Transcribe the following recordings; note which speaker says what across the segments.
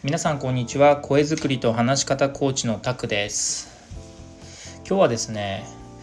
Speaker 1: 皆さんこんにちは。声作りと話し方コーチのタクです。今日はですね、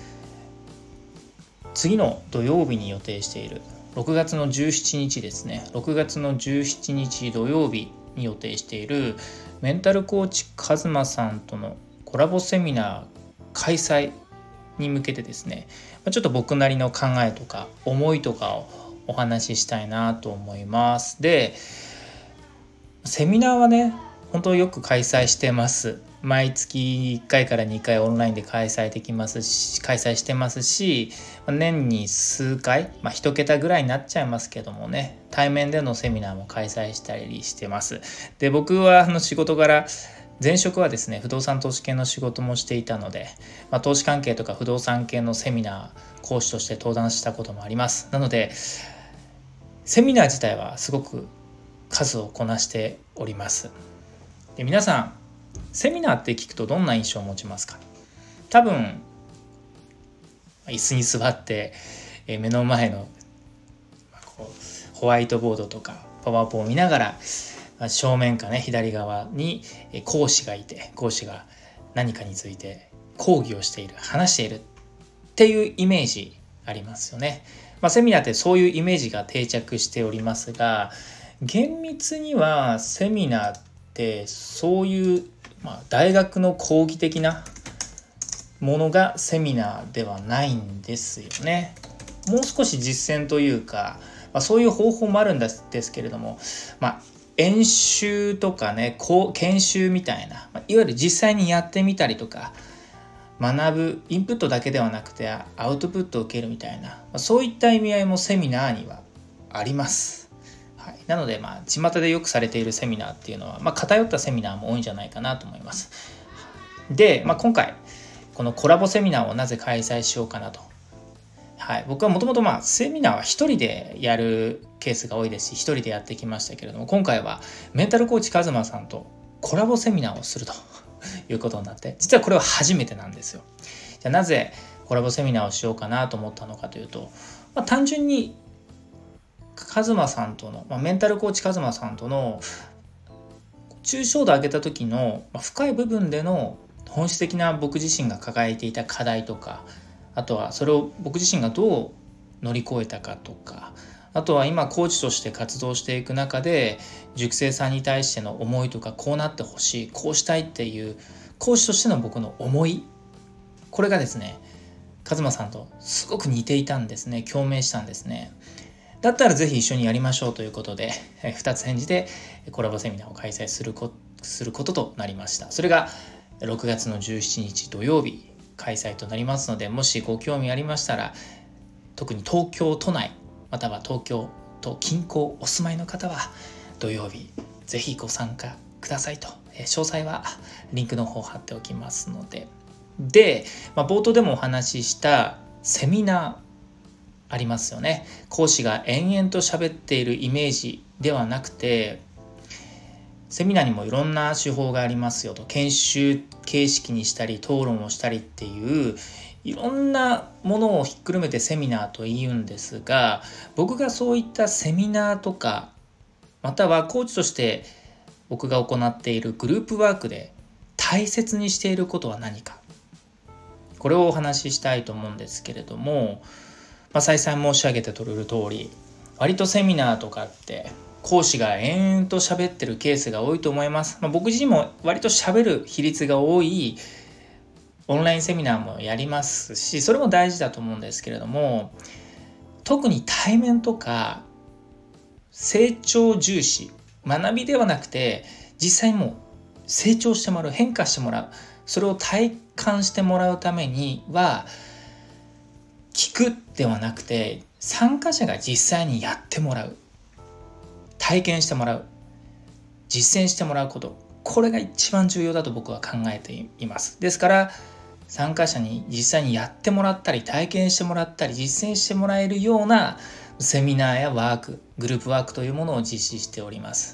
Speaker 1: 次の土曜日に予定している6月の17日ですね6月の17日土曜日に予定しているメンタルコーチカズマさんとのコラボセミナー開催に向けてですね、ちょっと僕なりの考えとか思いとかをお話ししたいなと思います。で、セミナーはね、本当よく開催してます。毎月1回から2回オンラインで開催してますし、年に数回、1桁ぐらいになっちゃいますけどもね、対面でのセミナーも開催したりしてます。で、僕は仕事柄、前職はですね、不動産投資系の仕事もしていたので、投資関係とか不動産系のセミナー講師として登壇したこともあります。なのでセミナー自体はすごく数をこなしております。で、皆さんセミナーって聞くとどんな印象を持ちますか？多分椅子に座って目の前のホワイトボードとかパワーポを見ながら、正面かね左側に講師がいて、講師が何かについて講義をしている、話しているっていうイメージありますよね。セミナーってそういうイメージが定着しておりますが、厳密にはセミナーってそういう、大学の講義的なものがセミナーではないんですよね。もう少し実践というか、そういう方法もあるんですけれども、演習とかね、研修みたいな、いわゆる実際にやってみたりとか、学ぶインプットだけではなくてアウトプットを受けるみたいな、そういった意味合いもセミナーにはあります。なので巷でよくされているセミナーっていうのは、偏ったセミナーも多いんじゃないかなと思います。で、今回このコラボセミナーをなぜ開催しようかなと。僕はもともとセミナーは一人でやるケースが多いですし、一人でやってきましたけれども、今回はメンタルコーチカズマさんとコラボセミナーをするということになって、実はこれは初めてなんですよ。じゃあなぜコラボセミナーをしようかなと思ったのかというと、単純にカズマさんとの、メンタルコーチカズマさんとの抽象度を上げた時の深い部分での本質的な僕自身が抱えていた課題とか、あとはそれを僕自身がどう乗り越えたかとか、あとは今コーチとして活動していく中で塾生さんに対しての思いとか、こうなってほしい、こうしたいっていう講師としての僕の思い、これがですね、カズマさんとすごく似ていたんですね。共鳴したんですね。だったらぜひ一緒にやりましょうということで、2つ返事でコラボセミナーを開催することとなりました。それが6月の17日土曜日開催となりますので、もしご興味ありましたら、特に東京都内または東京都近郊お住まいの方は土曜日ぜひご参加くださいと。詳細はリンクの方貼っておきますので。で、冒頭でもお話ししたセミナーありますよね。講師が延々と喋っているイメージではなくて、セミナーにもいろんな手法がありますよと。研修形式にしたり討論をしたりっていういろんなものをひっくるめてセミナーと言うんですが、僕がそういったセミナーとか、またはコーチとして僕が行っているグループワークで大切にしていることは何か、これをお話ししたいと思うんですけれども、再三申し上げてとる通り、割とセミナーとかって講師が延々と喋ってるケースが多いと思います。僕自身も割と喋る比率が多いオンラインセミナーもやりますし、それも大事だと思うんですけれども、特に対面とか成長重視、学びではなくて実際もう成長してもらう、変化してもらう、それを体感してもらうためには、聞くではなくて参加者が実際にやってもらう、体験してもらう、実践してもらうこと、これが一番重要だと僕は考えています。ですから参加者に実際にやってもらったり、体験してもらったり、実践してもらえるようなセミナーやワーク、グループワークというものを実施しております。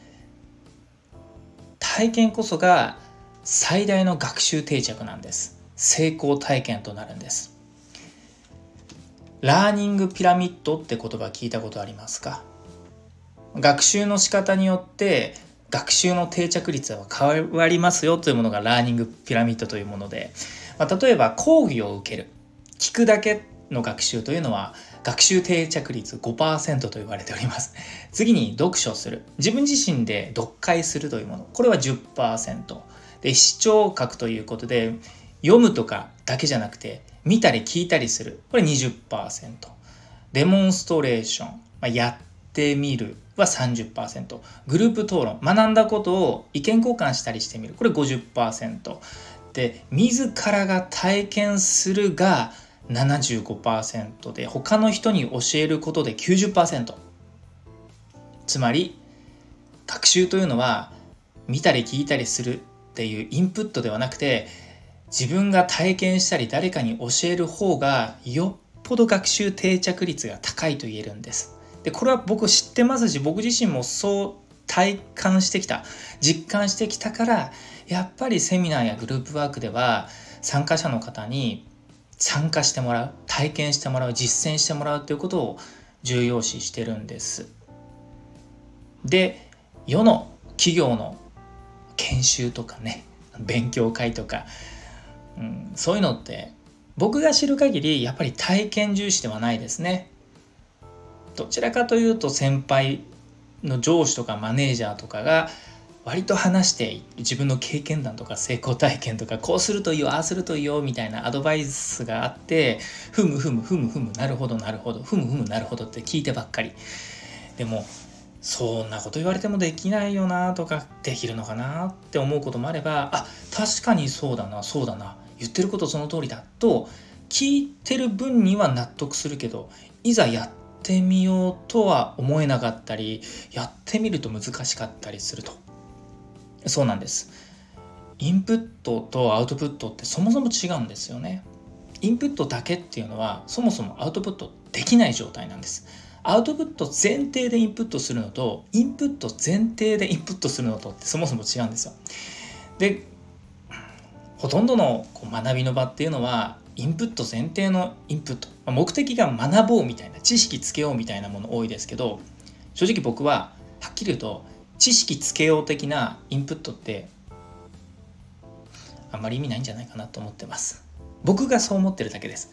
Speaker 1: 体験こそが最大の学習定着なんです。成功体験となるんです。ラーニングピラミッドって言葉聞いたことありますか？学習の仕方によって学習の定着率は変わりますよというものがラーニングピラミッドというもので、例えば講義を受ける、聞くだけの学習というのは学習定着率 5% と言われております。次に読書する、自分自身で読解するというもの、これは 10% で、視聴覚ということで読むとかだけじゃなくて見たり聞いたりする、これ 20%、 デモンストレーション、やってみるは 30%、 グループ討論、学んだことを意見交換したりしてみる、これ 50% で、自らが体験するが 75% で、他の人に教えることで 90%。 つまり学習というのは見たり聞いたりするっていうインプットではなくて、自分が体験したり誰かに教える方がよっぽど学習定着率が高いと言えるんです。でこれは僕知ってますし、僕自身もそう体感してきた、実感してきたから、やっぱりセミナーやグループワークでは参加者の方に参加してもらう、体験してもらう、実践してもらうということを重要視してるんです。で、世の企業の研修とかね、勉強会とか、そういうのって僕が知る限りやっぱり体験重視ではないですね。どちらかというと先輩の上司とかマネージャーとかが割と話している自分の経験談とか成功体験とか、こうするといいよ、ああするといいよみたいなアドバイスがあって、ふむふむふむふむ、なるほどなるほど、ふむふむなるほどって聞いてばっかり。でもそんなこと言われてもできないよなとか、できるのかなって思うこともあれば、確かにそうだな、そうだな、言ってることその通りだと聞いてる分には納得するけど、いざやってみようとは思えなかったり、やってみると難しかったりすると。そうなんです。インプットとアウトプットってそもそも違うんですよね。インプットだけっていうのはそもそもアウトプットできない状態なんです。アウトプット前提でインプットするのと、インプット前提でインプットするのとってそもそも違うんですよ。で、ほとんどの学びの場っていうのはインプット前提のインプット、目的が学ぼうみたいな、知識つけようみたいなもの多いですけど、正直僕ははっきり言うと知識つけよう的なインプットってあんまり意味ないんじゃないかなと思ってます。僕がそう思ってるだけです。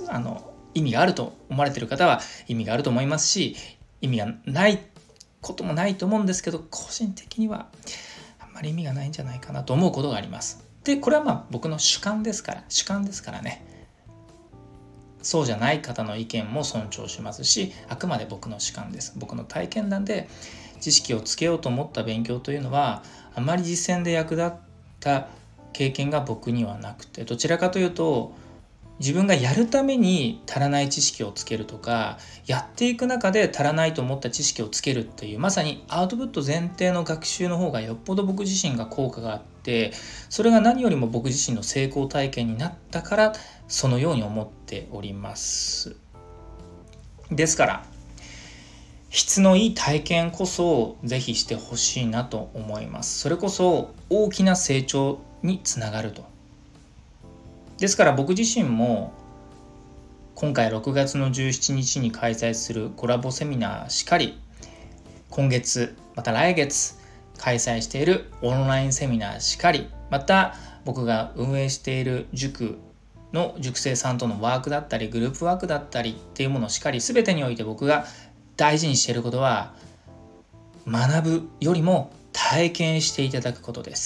Speaker 1: 意味があると思われている方は意味があると思いますし、意味がないこともないと思うんですけど、個人的にはあんまり意味がないんじゃないかなと思うことがあります。で、これは僕の主観ですからね。そうじゃない方の意見も尊重しますし、あくまで僕の主観です。僕の体験談で、知識をつけようと思った勉強というのはあまり実践で役立った経験が僕にはなくて、どちらかというと自分がやるために足らない知識をつけるとか、やっていく中で足らないと思った知識をつけるっていう、まさにアウトプット前提の学習の方がよっぽど僕自身が効果があって、それが何よりも僕自身の成功体験になったから、そのように思っております。ですから質のいい体験こそぜひしてほしいなと思います。それこそ大きな成長につながると。ですから僕自身も今回6月の17日に開催するコラボセミナーしかり、今月また来月開催しているオンラインセミナーしかり、また僕が運営している塾の塾生さんとのワークだったり、グループワークだったりっていうものしかり、全てにおいて僕が大事にしていることは、学ぶよりも体験していただくことです。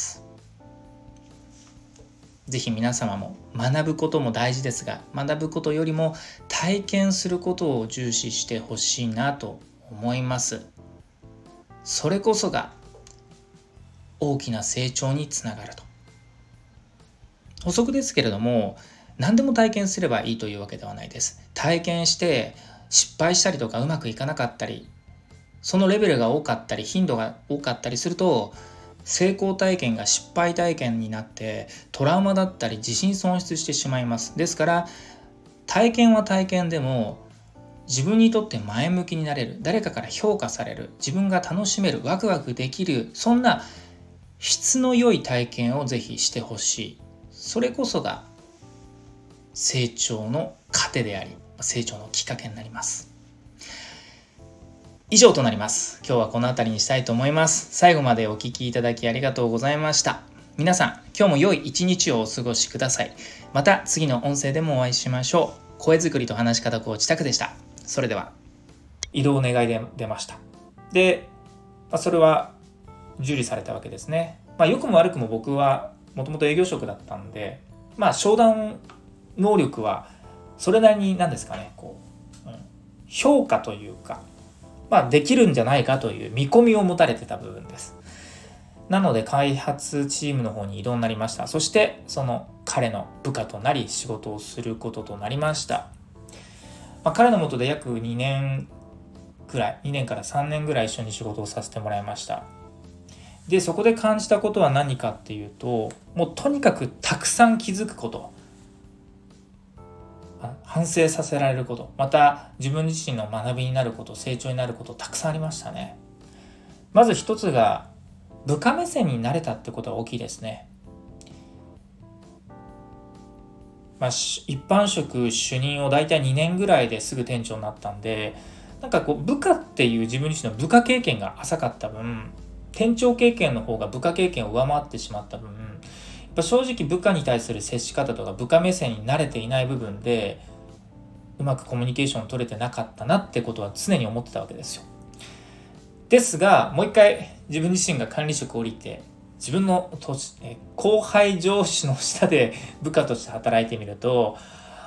Speaker 1: ぜひ皆様も学ぶことも大事ですが、学ぶことよりも体験することを重視してほしいなと思います。それこそが大きな成長につながると。補足ですけれども、何でも体験すればいいというわけではないです。体験して失敗したりとかうまくいかなかったり、そのレベルが多かったり頻度が多かったりすると、成功体験が失敗体験になってトラウマだったり自信損失してしまいます。ですから体験は体験でも自分にとって前向きになれる、誰かから評価される、自分が楽しめる、ワクワクできる、そんな質の良い体験をぜひしてほしい。それこそが成長の糧であり、成長のきっかけになります。 以上となります。今日はこの辺りにしたいと思います。最後までお聞きいただきありがとうございました。皆さん、今日も良い一日をお過ごしください。また次の音声でもお会いしましょう。声作りと話し方コーチタクでした。それでは。異動願いで出ました。で、それは受理されたわけですね。良くも悪くも僕はもともと営業職だったんで、商談能力はそれなりに何ですかね、評価というか、できるんじゃないかという見込みを持たれてた部分です。なので開発チームの方に異動になりました。そしてその彼の部下となり仕事をすることとなりました。彼の下で約2年から3年ぐらい一緒に仕事をさせてもらいました。で、そこで感じたことは何かっていうと、もうとにかくたくさん気づくこと、反省させられること、また自分自身の学びになること、成長になることたくさんありましたね。まず一つが部下目線になれたってことは大きいですね。一般職主任をだいたい2年ぐらいですぐ店長になったんで、部下っていう自分自身の部下経験が浅かった分、店長経験の方が部下経験を上回ってしまった分、正直部下に対する接し方とか部下目線に慣れていない部分でうまくコミュニケーションを取れてなかったなってことは常に思ってたわけですよ。ですが、もう一回自分自身が管理職を降りて自分の後輩上司の下で部下として働いてみると、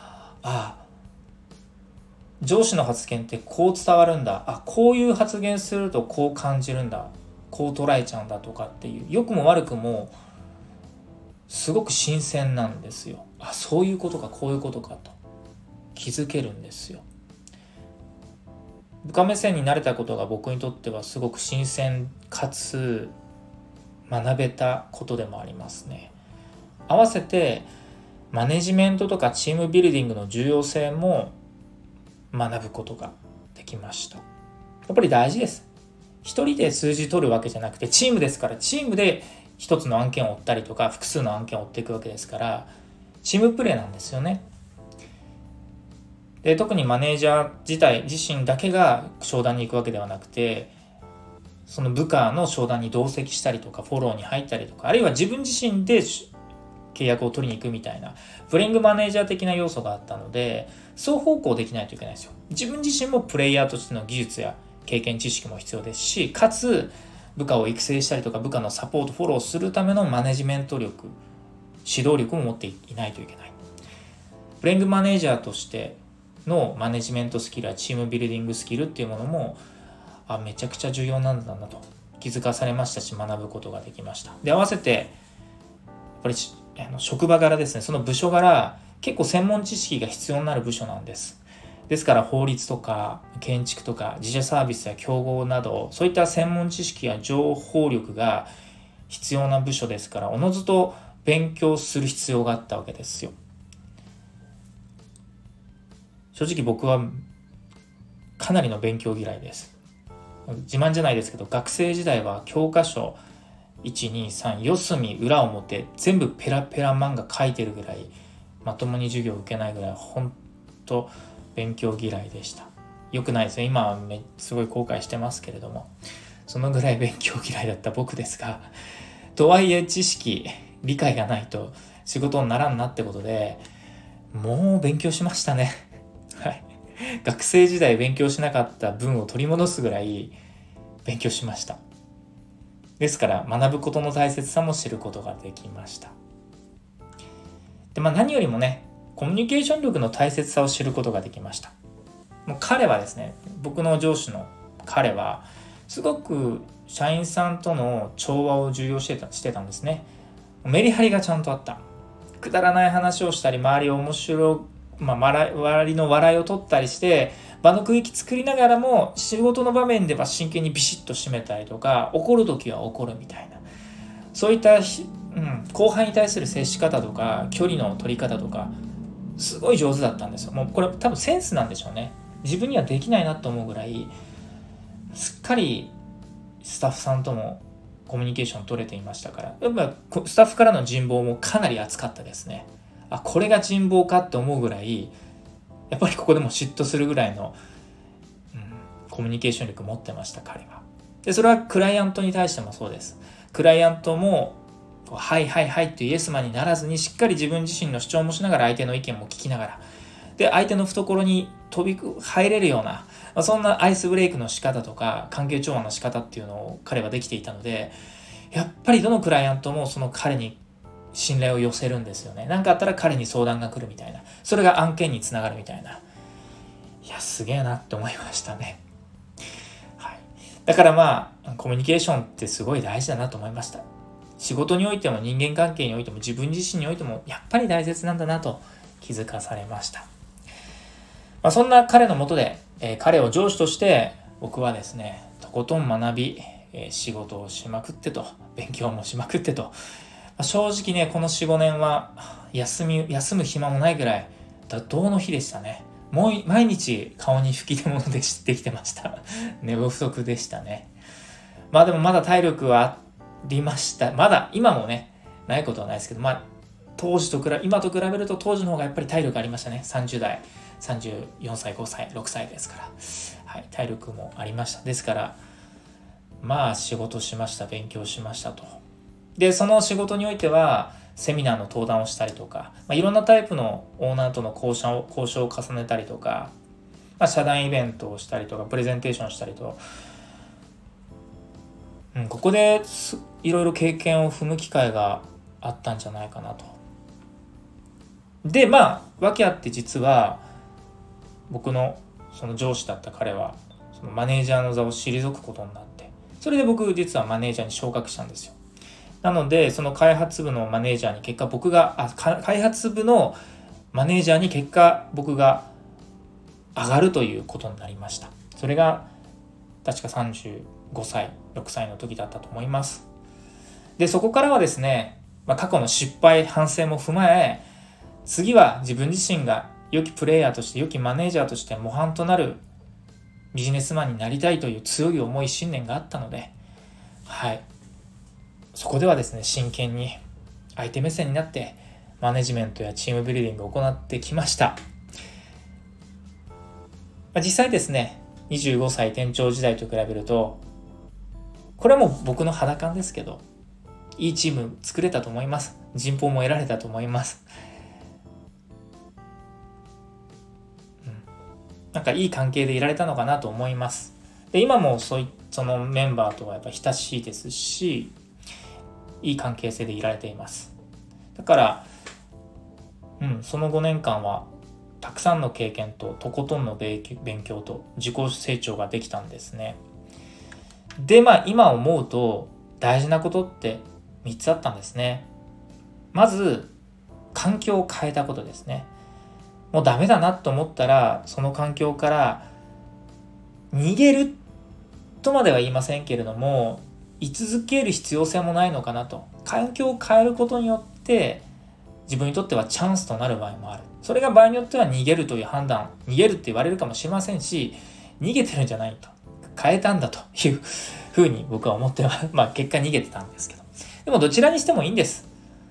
Speaker 1: 上司の発言ってこう伝わるんだ、こういう発言するとこう感じるんだ、こう捉えちゃうんだとかっていう、良くも悪くもすごく新鮮なんですよ。そういうことか、こういうことかと気づけるんですよ。部下目線になれたことが僕にとってはすごく新鮮かつ学べたことでもありますね。合わせてマネジメントとかチームビルディングの重要性も学ぶことができました。やっぱり大事です。一人で数字取るわけじゃなくて、チームですから、チームで一つの案件を追ったりとか複数の案件を追っていくわけですから、チームプレーなんですよね。で、特にマネージャー自身だけが商談に行くわけではなくて、その部下の商談に同席したりとかフォローに入ったりとか、あるいは自分自身で契約を取りに行くみたいなプレイングマネージャー的な要素があったので、双方向できないといけないんですよ。自分自身もプレイヤーとしての技術や経験知識も必要ですし、かつ部下を育成したりとか部下のサポートフォローするためのマネジメント力、指導力も持っていないといけない。プレイングマネージャーとしてのマネジメントスキルやチームビルディングスキルっていうものもめちゃくちゃ重要なんだなと気づかされましたし、学ぶことができました。で、合わせてやっぱり職場柄ですね、その部署柄結構専門知識が必要になる部署なんです。ですから法律とか建築とか自社サービスや競合など、そういった専門知識や情報力が必要な部署ですから、おのずと勉強する必要があったわけですよ。正直僕はかなりの勉強嫌いです。自慢じゃないですけど、学生時代は教科書1、2、3、四隅裏表全部ペラペラ漫画書いてるぐらい、まともに授業を受けないぐらい本当勉強嫌いでした。良くないですよ。今はすごい後悔してますけれども、そのぐらい勉強嫌いだった僕ですが、とはいえ知識理解がないと仕事にならんなってことで、もう勉強しましたね。はい。学生時代勉強しなかった分を取り戻すぐらい勉強しました。ですから学ぶことの大切さも知ることができました。で、何よりもね、コミュニケーション力の大切さを知ることができました。もう彼はですね、僕の上司の彼はすごく社員さんとの調和を重要してたんですね。メリハリがちゃんとあった。くだらない話をしたり、周りを周りの笑いを取ったりして場の空気作りながらも、仕事の場面では真剣にビシッと締めたりとか、怒る時は怒るみたいな、そういった後輩に対する接し方とか距離の取り方とかすごい上手だったんですよ。もうこれ多分センスなんでしょうね。自分にはできないなと思うぐらいすっかりスタッフさんともコミュニケーション取れていましたから、やっぱスタッフからの人望もかなり厚かったですね。これが人望かって思うぐらい、やっぱりここでも嫉妬するぐらいの、 コミュニケーション力持ってました、彼は。でそれはクライアントに対してもそうです。クライアントもはいはいはいっていうイエスマンにならずに、しっかり自分自身の主張もしながら、相手の意見も聞きながら、で相手の懐に入れるような、そんなアイスブレイクの仕方とか関係調和の仕方っていうのを彼はできていたので、やっぱりどのクライアントもその彼に信頼を寄せるんですよね。何かあったら彼に相談が来るみたいな、それが案件につながるみたいな。いやすげえなって思いましたね。はい、だからコミュニケーションってすごい大事だなと思いました。仕事においても人間関係においても自分自身においてもやっぱり大切なんだなと気づかされました。そんな彼の下で、彼を上司として僕はですね、とことん学び、仕事をしまくってと、勉強もしまくってと、正直ね、この 4,5 年は休む暇もないぐらい怒涛の日でしたね。もう毎日顔に吹き出物できてました寝不足でしたね。でもまだ体力はありました。まだ今もねないことはないですけど、今と比べると当時の方がやっぱり体力ありましたね。30代34歳5歳6歳ですから、はい、体力もありました。ですから仕事しました、勉強しましたと。でその仕事においてはセミナーの登壇をしたりとか、いろんなタイプのオーナーとの交渉を重ねたりとか、社団イベントをしたりとか、プレゼンテーションしたりと、ここでいろいろ経験を踏む機会があったんじゃないかなと。で訳あって実は僕のその上司だった彼はそのマネージャーの座を退くことになって、それで僕実はマネージャーに昇格したんですよ。なのでその開発部のマネージャーに結果僕が開発部のマネージャーに結果僕が上がるということになりました。それが確か35歳6歳の時だったと思います。でそこからはですね、過去の失敗反省も踏まえ、次は自分自身が良きプレイヤーとして、良きマネージャーとして模範となるビジネスマンになりたいという強い思い、信念があったので、そこではですね、真剣に相手目線になってマネジメントやチームビルディングを行ってきました。実際ですね、25歳店長時代と比べると、これはもう僕の肌感ですけど、いいチーム作れたと思います。人望も得られたと思います。いい関係でいられたのかなと思います。で今もそのメンバーとはやっぱ親しいですし、いい関係性でいられています。だから、その5年間はたくさんの経験ととことんの勉強と自己成長ができたんですね。で今思うと大事なことって3つあったんですね。まず環境を変えたことですね。もうダメだなと思ったら、その環境から逃げるとまでは言いませんけれども、居続ける必要性もないのかなと。環境を変えることによって自分にとってはチャンスとなる場合もある。それが場合によっては逃げるという判断、逃げるって言われるかもしれませんし、逃げてるんじゃないと、変えたんだというふうに僕は思って結果逃げてたんですけど、でもどちらにしてもいいんです。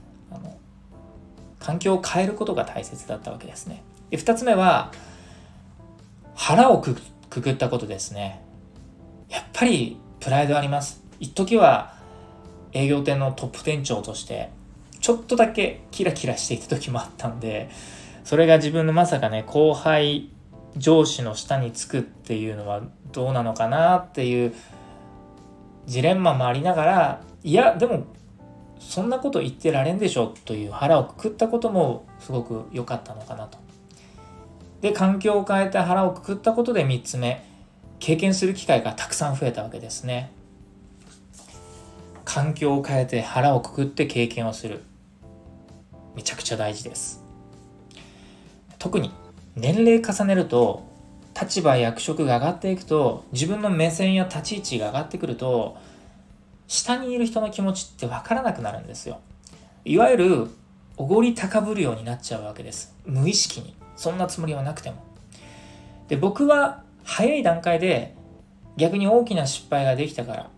Speaker 1: 環境を変えることが大切だったわけですね。で2つ目は腹をくくったことですね。やっぱりプライドあります。一時は営業店のトップ店長としてちょっとだけキラキラしていた時もあったんで、それが自分のまさかね、後輩上司の下につくっていうのはどうなのかなっていうジレンマもありながら、いやでもそんなこと言ってられんでしょという腹をくくったこともすごく良かったのかなと。で環境を変えて腹をくくったことで3つ目、経験する機会がたくさん増えたわけですね。環境を変えて腹をくくって経験をする、めちゃくちゃ大事です。特に年齢重ねると、立場や役職が上がっていくと、自分の目線や立ち位置が上がってくると、下にいる人の気持ちって分からなくなるんですよ。いわゆるおごり高ぶるようになっちゃうわけです。無意識に、そんなつもりはなくても。で僕は早い段階で逆に大きな失敗ができたから、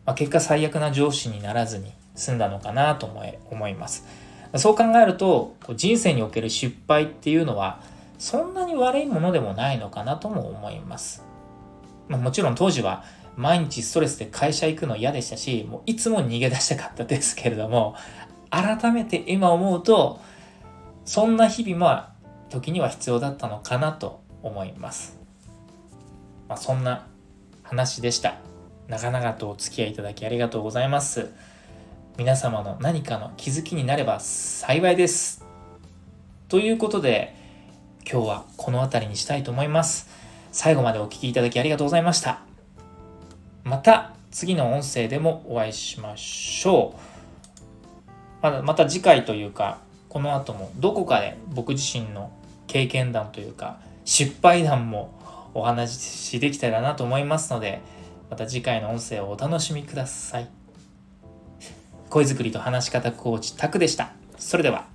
Speaker 1: 結果最悪な上司にならずに済んだのかなと思います。そう考えると、人生における失敗っていうのはそんなに悪いものでもないのかなとも思います。もちろん当時は毎日ストレスで会社行くの嫌でしたし、もういつも逃げ出したかったですけれども、改めて今思うと、そんな日々も時には必要だったのかなと思います。そんな話でした。長々とお付き合いいただきありがとうございます。皆様の何かの気づきになれば幸いです。ということで、今日はこの辺りにしたいと思います。最後までお聞きいただきありがとうございました。また次の音声でもお会いしましょう。また次回というか、この後もどこかで僕自身の経験談というか失敗談もお話しできたらなと思いますので、また次回の音声をお楽しみください。声作りと話し方コーチタクでした。それでは。